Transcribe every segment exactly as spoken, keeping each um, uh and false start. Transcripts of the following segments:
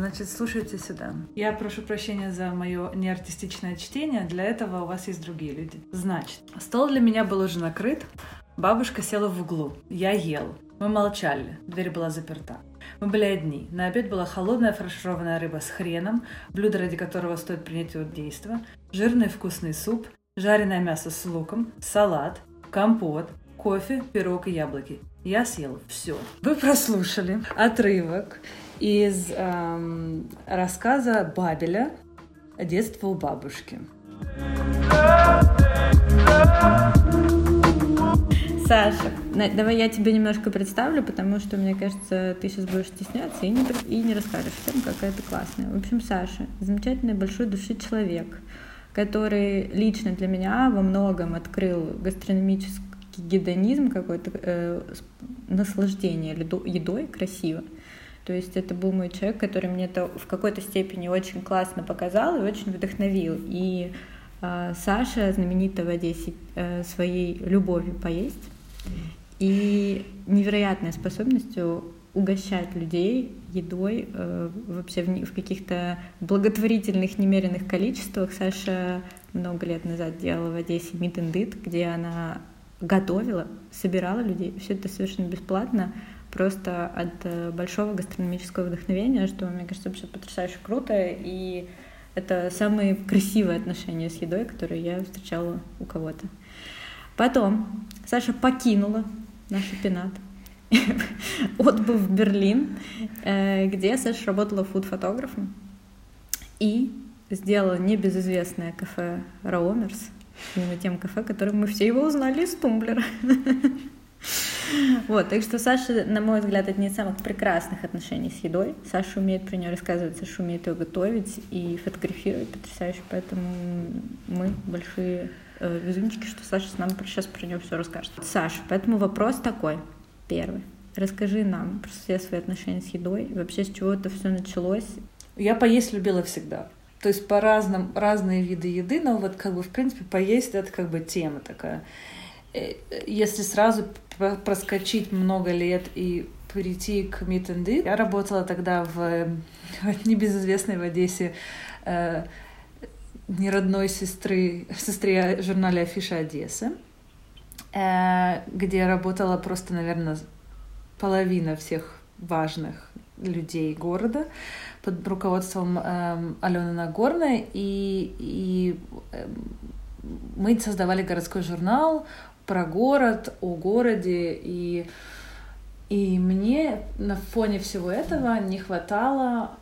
Значит, слушайте сюда. Я прошу прощения за мое неартистичное чтение. Для этого у вас есть другие люди. Значит, стол для меня был уже накрыт. Бабушка села в углу. Я ел. Мы молчали. Дверь была заперта. Мы были одни. На обед была холодная фаршированная рыба с хреном, блюдо, ради которого стоит принять его действо, жирный вкусный суп, жареное мясо с луком, салат, компот, кофе, пирог и яблоки. Я съел все. Вы прослушали отрывок из эм, рассказа Бабеля «Детство у бабушки». Саша, давай я тебе немножко представлю, потому что, мне кажется, ты сейчас будешь стесняться и не, и не расскажешь всем, какая ты классная. В общем, Саша — замечательный, большой души человек, который лично для меня во многом открыл гастрономический гедонизм, какое-то э, наслаждение едой красиво. То есть это был мой человек, который мне это в какой-то степени очень классно показал и очень вдохновил. И э, Саша знаменита в Одессе э, своей любовью поесть и невероятной способностью угощать людей едой э, вообще в, в каких-то благотворительных немеренных количествах. Саша много лет назад делала в Одессе Meet and Eat, где она готовила, собирала людей. Все это совершенно бесплатно, просто от большого гастрономического вдохновения, что, мне кажется, вообще потрясающе круто. И это самые красивые отношения с едой, которые я встречала у кого-то. Потом Саша покинула наш пенат, отбыв в Берлин, где Саша работала фуд-фотографом и сделала небезызвестное кафе Раомерс, именно тем кафе, которым мы все его узнали из Тумблера. Вот, так что Саша, на мой взгляд, одни из самых прекрасных отношений с едой. Саша умеет про нее рассказывать, Саша умеет ее готовить и фотографировать потрясающе, поэтому мы большие э, везунчики, что Саша с нами сейчас про нее все расскажет. Саша, поэтому вопрос такой, первый. Расскажи нам про все свои отношения с едой, вообще с чего это все началось. Я поесть любила всегда. То есть по разным, разные виды еды, но вот как бы в принципе поесть — это как бы тема такая. Если сразу проскочить много лет и прийти к Meet and Eat, я работала тогда в, в небезызвестной в Одессе э, неродной сестры, сестре журнале «Афиша Одессы», э, где работала просто, наверное, половина всех важных людей города под руководством э, Алены Нагорной, и, и э, мы создавали городской журнал про город, о городе, и, и мне на фоне всего этого не хватало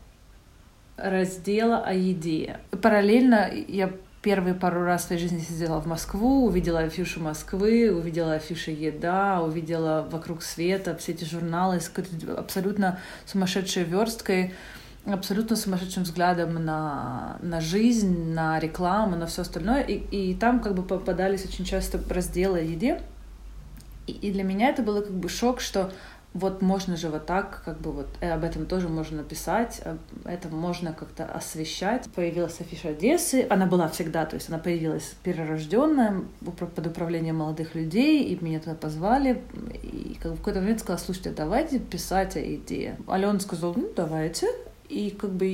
раздела о еде. Параллельно я первые пару раз в своей жизни съездила в Москву, увидела афишу Москвы, увидела афиши «Еда», увидела «Вокруг света», все эти журналы с абсолютно сумасшедшей версткой, абсолютно сумасшедшим взглядом на, на жизнь, на рекламу, на все остальное. И, и там как бы попадались очень часто разделы о еде. И, и для меня это было как бы шок, что вот можно же вот так, как бы вот об этом тоже можно написать, это можно как-то освещать. Появилась афиша Одессы, она была всегда, то есть она появилась перерожденная под управлением молодых людей, и меня туда позвали, и как бы в какой-то момент сказала: слушайте, давайте писать о еде. Алена сказала: ну давайте. И как бы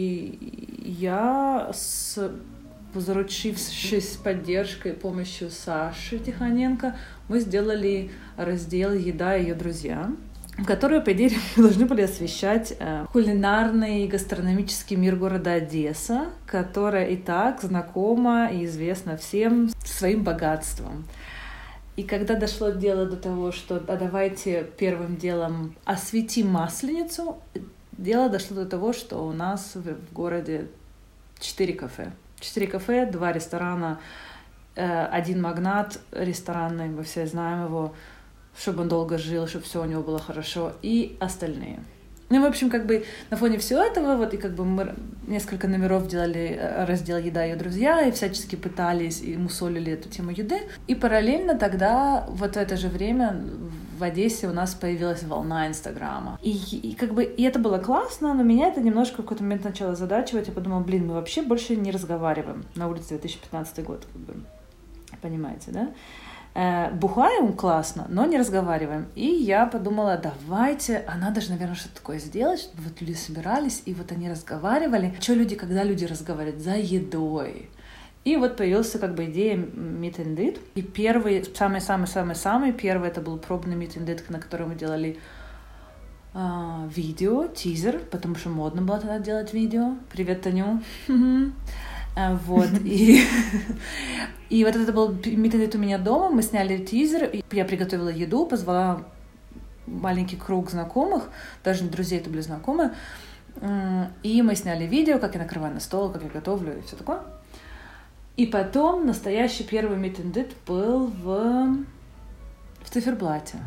я, с, заручившись поддержкой и помощью Саши Тихоненко, мы сделали раздел «Еда и ее друзья», которые, по идее, должны были освещать э, кулинарный и гастрономический мир города Одесса, которая и так знакома и известна всем своим богатством. И когда дошло дело до того, что а давайте первым делом осветим Масленицу, дело дошло до того, что у нас в городе четыре кафе. Четыре кафе, два ресторана, один магнат ресторанный, мы все знаем его, чтобы он долго жил, чтобы все у него было хорошо, и остальные. Ну, в общем, как бы на фоне всего этого, вот и как бы мы несколько номеров делали раздел «Еда и ее друзья», и всячески пытались и мусолили эту тему еды. И параллельно тогда, вот в это же время, в Одессе у нас появилась волна Инстаграма. И, и как бы и это было классно, но меня это немножко в какой-то момент начало озадачивать. Я подумала: блин, мы вообще больше не разговариваем. На улице две тысячи пятнадцатый год, как бы, понимаете, да? Э, бухаем классно, но не разговариваем. И я подумала, давайте, а надо же, наверное, что-то такое сделать, чтобы вот люди собирались, и вот они разговаривали. Что люди, когда люди разговаривают? За едой. И вот появилась как бы идея Meet and Eat. И первый, самый-самый-самый-самый первый, это был пробный Meet and Eat, на котором мы делали э, видео, тизер, потому что модно было тогда делать видео. Привет, Таню. Вот, и, и вот это был Meet and Eat у меня дома, мы сняли тизер, я приготовила еду, позвала маленький круг знакомых, даже не друзей, это были знакомые, и мы сняли видео, как я накрываю на стол, как я готовлю и все такое. И потом настоящий первый Meet and Eat был в, в циферблате.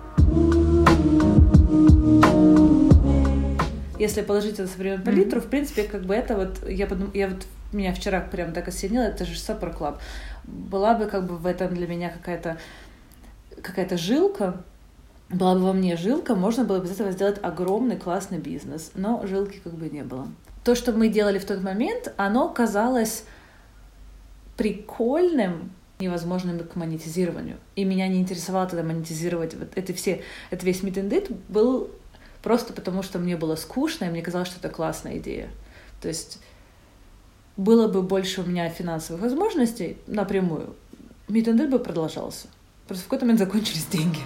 Если положить это современную палитру, mm-hmm. в принципе, как бы это вот, я подумала, я вот меня вчера прям так осенило, это же Supper Club. Была бы как бы в этом для меня какая-то какая-то жилка, была бы во мне жилка, можно было бы из этого сделать огромный классный бизнес, но жилки как бы не было. То, что мы делали в тот момент, оно казалось прикольным, невозможным к монетизированию. И меня не интересовало тогда монетизировать. Вот это, все, это весь Meet and Eat был просто потому, что мне было скучно, и мне казалось, что это классная идея. То есть было бы больше у меня финансовых возможностей напрямую, Meet and Eat бы продолжался. Просто в какой-то момент закончились деньги.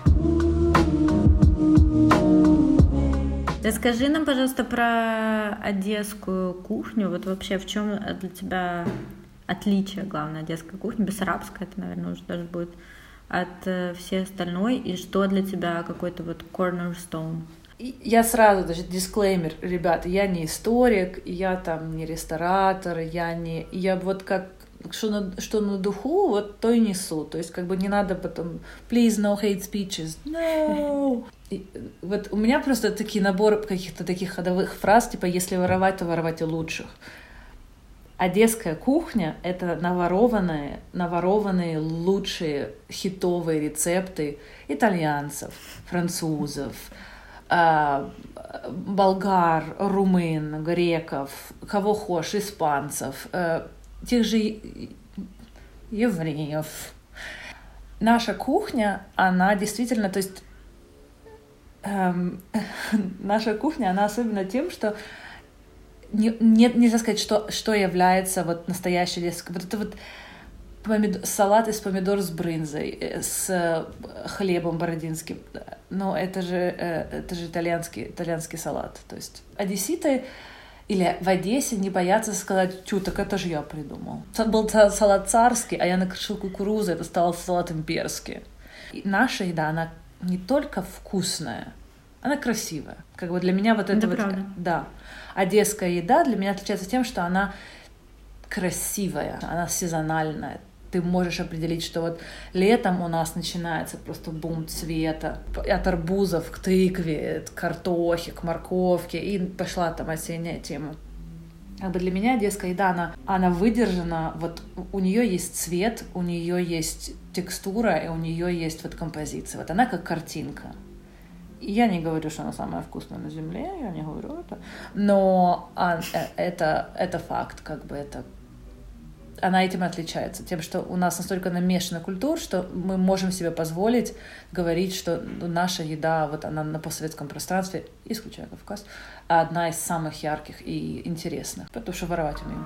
Расскажи нам, пожалуйста, про одесскую кухню. Вот вообще в чем для тебя отличие, главное, одесской кухни? Бессарабская, это, наверное, уже даже будет от всей остальной. И что для тебя какой-то вот cornerstone? Я сразу, даже дисклеймер, ребята, я не историк, я там не ресторатор, я не... Я вот как, что на, что на духу, вот то и несу. То есть как бы не надо потом please no hate speeches, no. И вот у меня просто такие наборы каких-то таких ходовых фраз, типа если воровать, то воровать у лучших. Одесская кухня — это наворованные, наворованные лучшие хитовые рецепты итальянцев, французов, болгар, румын, греков, кого хочешь, испанцев, тех же евреев. Наша кухня, она действительно, то есть эм, наша кухня, она особенно тем, что не, не, нельзя сказать, что, что является вот настоящей одесской. Вот это вот помидор, салат из помидор с брынзой, с хлебом бородинским. Но это же, это же итальянский, итальянский салат. То есть одесситы или в Одессе не боятся сказать: тю, так это же я придумал. Был салат царский, а я накрошил кукурузу, это стало салат имперский. И наша еда, она не только вкусная, она красивая. Как бы для меня вот это, это вот... Правда. Да. Одесская еда для меня отличается тем, что она красивая, она сезональная. Ты можешь определить, что вот летом у нас начинается просто бум цвета. От арбузов к тыкве, к картохе, к морковке. И пошла там осенняя тема. Как бы для меня одесская еда, она, она выдержана. Вот у нее есть цвет, у нее есть текстура, и у нее есть вот композиция. Вот она как картинка. И я не говорю, что она самая вкусная на земле, я не говорю это. Но это, это факт, как бы это... Она этим отличается, тем, что у нас настолько намешана культура, что мы можем себе позволить говорить, что наша еда, вот она на постсоветском пространстве, исключая Кавказ, одна из самых ярких и интересных, потому что воровать умеем.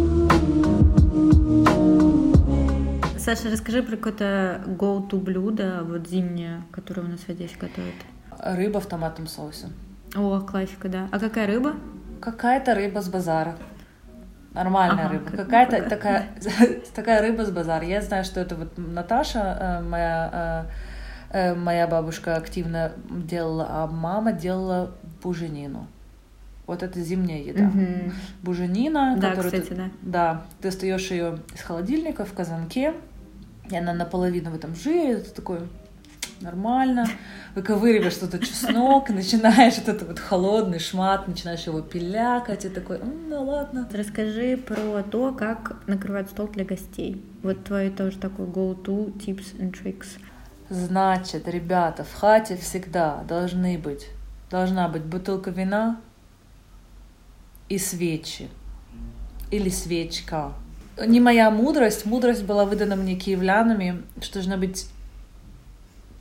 Саша, расскажи про какое-то go-to блюдо, вот зимнее, которое у нас в Одессе готовят. Рыба в томатном соусе. О, классика, да. А какая рыба? Какая-то рыба с базара. Нормальная ага, рыба. Какая-то ну, такая, такая рыба с базара. Я знаю, что это вот Наташа, моя, моя бабушка, активно делала, а мама делала буженину. Вот это зимняя еда. Угу. Буженина, да, которую кстати, ты, да. Да, ты достаешь ее из холодильника в казанке, и она наполовину в этом жире, это такое нормально. Выковыриваешь что-то чеснок, начинаешь вот этот вот холодный шмат, начинаешь его пилякать, и такой, М, ну ладно. Расскажи про то, как накрывать стол для гостей. Вот твой тоже такой go-to tips and tricks. Значит, ребята, в хате всегда должны быть, должна быть бутылка вина и свечи. Или свечка. Не моя мудрость, мудрость была выдана мне киевлянами, что должна быть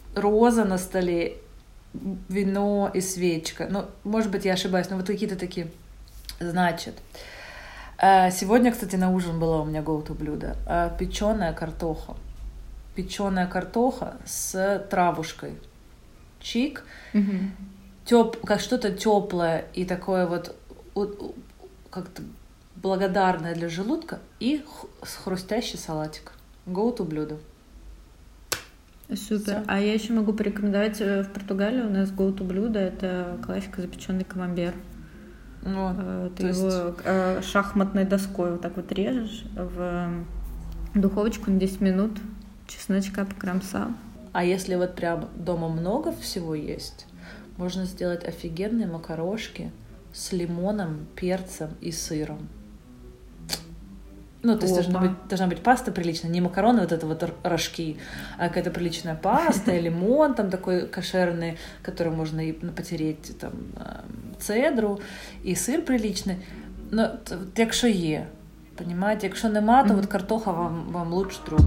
роза на столе, вино и свечка. Ну, может быть, я ошибаюсь, но вот какие-то такие. Значит, сегодня, кстати, на ужин было у меня go-to блюдо. Печеная картоха. Печеная картоха с травушкой. Чик. Угу. Теп, как что-то теплое и такое вот как-то благодарное для желудка. И хрустящий салатик. Go-to блюдо. Супер. Всё. А я еще могу порекомендовать в Португалии у нас go-to блюдо — это классика запеченный камамбер. Ну, Ты его есть... шахматной доской вот так вот режешь в духовочку на десять минут, чесночка покромсал. А если вот прям дома много всего есть, можно сделать офигенные макарошки с лимоном, перцем и сыром. Ну, то есть должна быть, должна быть паста приличная, не макароны вот это вот рожки, а какая-то приличная паста, лимон там такой кошерный, который можно и потереть там цедру, і сир приличний. Ну, якщо є, понимаете, якщо нема, то mm-hmm. вот картоха вам, вам лучше друг.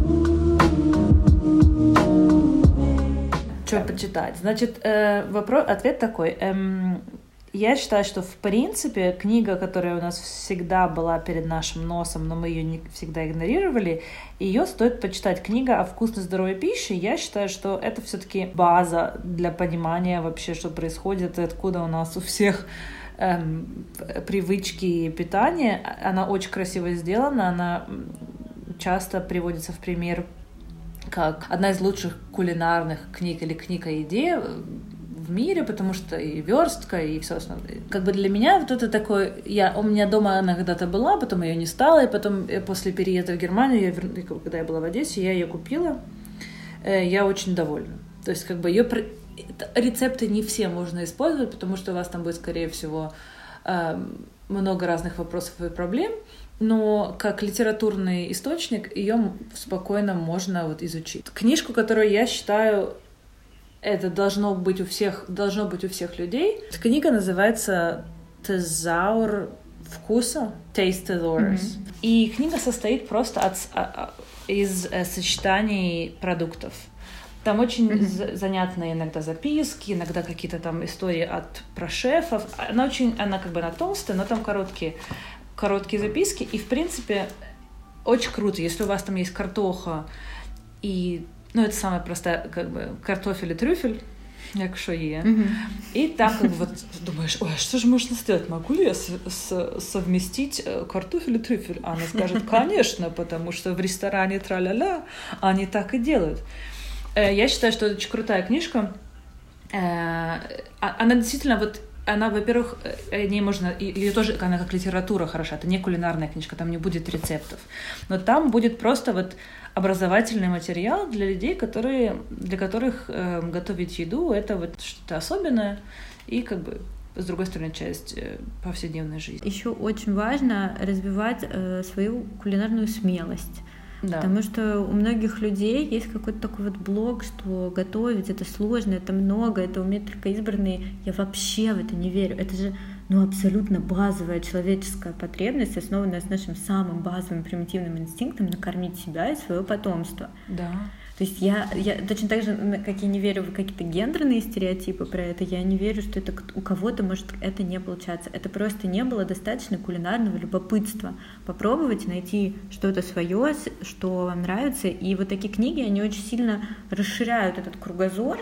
Что почитать? Значит, э, вопрос, ответ такой. Эм, я считаю, что в принципе книга, которая у нас всегда была перед нашим носом, но мы ее не всегда игнорировали, ее стоит почитать. Книга о вкусной здоровой пище. Я считаю, что это все-таки база для понимания вообще, что происходит, и откуда у нас у всех эм, привычки питания. Она очень красиво сделана, она часто приводится в пример как одна из лучших кулинарных книг или книг о еде в мире, потому что и верстка, и все основное. Как бы для меня вот это такое... Я, у меня дома она когда-то была, потом ее не стало, и потом после переезда в Германию, я, когда я была в Одессе, я ее купила. Я очень довольна. То есть как бы ее... Рецепты не все можно использовать, потому что у вас там будет, скорее всего, много разных вопросов и проблем, но как литературный источник ее спокойно можно вот изучить. Книжку, которую я считаю... Это должно быть у всех, должно быть у всех людей. Книга называется «Тезаур вкуса», «Taste Thesaurus». Mm-hmm. И книга состоит просто от, из сочетаний продуктов. Там очень mm-hmm. занятные иногда записки, иногда какие-то там истории от про шефов. Она очень, она как бы она толстая, но там короткие, короткие записки. И в принципе очень круто, если у вас там есть картоха и ну, это самая простая, как бы, картофель и трюфель, якщо є. Mm-hmm. И так как вот думаешь, ой, а что же можно сделать? Могу ли я с- с- совместить картофель и трюфель? Она скажет, конечно, потому что в ресторане тра-ля-ля они так и делают. Я считаю, что это очень крутая книжка. Она действительно вот она, во-первых, не можно, ее тоже, она как литература хороша, это не кулинарная книжка, там не будет рецептов, но там будет просто вот образовательный материал для людей, которые, для которых э, готовить еду это вот что-то особенное и как бы с другой стороны часть э, повседневной жизни. Еще очень важно развивать э, свою кулинарную смелость. Да. Потому что у многих людей есть какой-то такой вот блок, что готовить это сложно, это много, это умеют только избранные. Я вообще в это не верю. Это же ну, абсолютно базовая человеческая потребность, основанная с нашим самым базовым примитивным инстинктом накормить себя и свое потомство. Да. То есть я, я точно так же, как я не верю в какие-то гендерные стереотипы про это, я не верю, что это у кого-то может это не получаться. Это просто не было достаточно кулинарного любопытства. Попробовать найти что-то свое, что вам нравится. И вот такие книги, они очень сильно расширяют этот кругозор.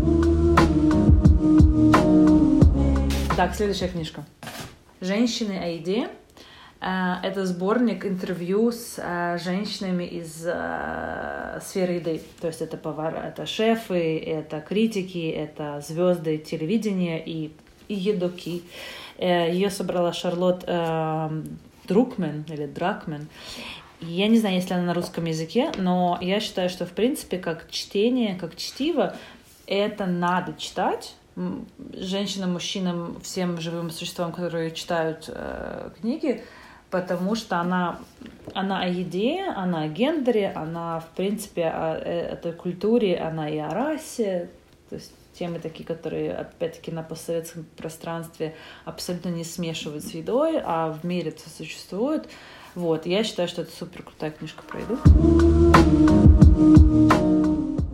Так, следующая книжка. «Женщины о еде». Это сборник интервью с женщинами из сферы еды. То есть это повара, это шефы, это критики, это звезды телевидения и, и едоки. Ее собрала Шарлотт Друкмен или Дракмен. Я не знаю, если она на русском языке, но я считаю, что в принципе как чтение, как чтиво, это надо читать. Женщинам, мужчинам, всем живым существам, которые читают э, книги, потому что она, она о еде, она о гендере, она, в принципе, о этой культуре, она и о расе, то есть темы такие, которые, опять-таки, на постсоветском пространстве абсолютно не смешивают с едой, а в мире это существует. Вот, я считаю, что это супер крутая книжка про еду.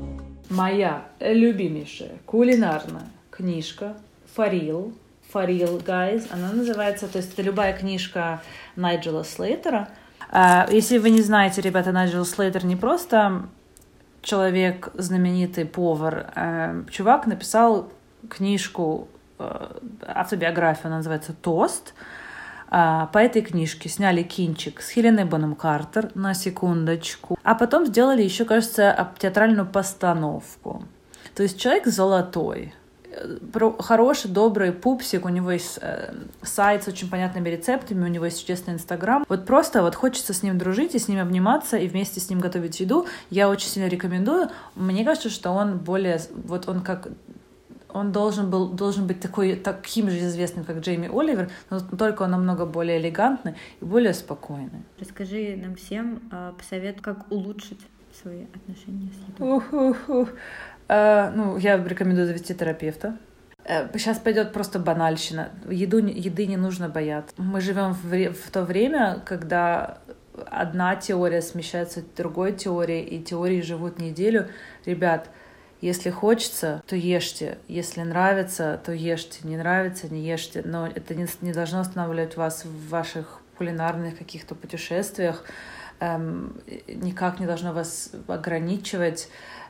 моя любимейшая кулинарная книжка «For For Real, Guys». Она называется, то есть это любая книжка Найджела Слейтера. Если вы не знаете, ребята, Найджел Слейтер не просто человек, знаменитый повар. Чувак написал книжку, автобиографию, она называется «Тост». По этой книжке сняли кинчик с Хеленой Бонем Картер, на секундочку. А потом сделали еще, кажется, театральную постановку. То есть человек золотой. Хороший, добрый пупсик, у него есть э, сайт с очень понятными рецептами, у него есть чудесный инстаграм. Вот просто вот хочется с ним дружить и с ним обниматься, и вместе с ним готовить еду. Я очень сильно рекомендую. Мне кажется, что он более, вот он как, он должен был, должен быть такой, таким же известным, как Джейми Оливер, но только он намного более элегантный и более спокойный. Расскажи нам всем, посоветуй, как улучшить свои отношения с едой. Ух-ух-ух. Uh, ну, я рекомендую завести терапевта. Uh, сейчас пойдет просто банальщина. Еду, еды не нужно бояться. Мы живем в, в то время, когда одна теория смещается к другой теории, и теории живут неделю. Ребят, если хочется, то ешьте. Если нравится, то ешьте. Не нравится, не ешьте. Но это не, не должно останавливать вас в ваших кулинарных каких-то путешествиях. Um, никак не должно вас ограничивать.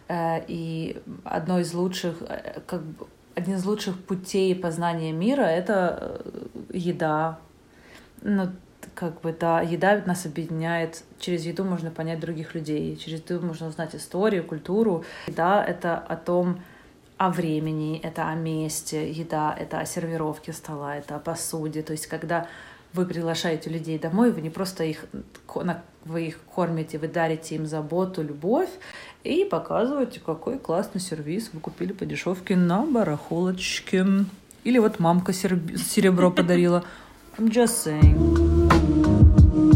И одно из лучших, как бы, один из лучших путей познания мира — это еда. Ну, как бы, да, еда нас объединяет. Через еду можно понять других людей. Через еду можно узнать историю, культуру. Еда — это о том, о времени, это о месте. Еда — это о сервировке стола, это о посуде. То есть, когда вы приглашаете людей домой, вы не просто их, вы их кормите, вы дарите им заботу, любовь и показываете, какой классный сервис вы купили по дешевке на барахолочке. Или вот мамка серебро подарила. I'm just saying.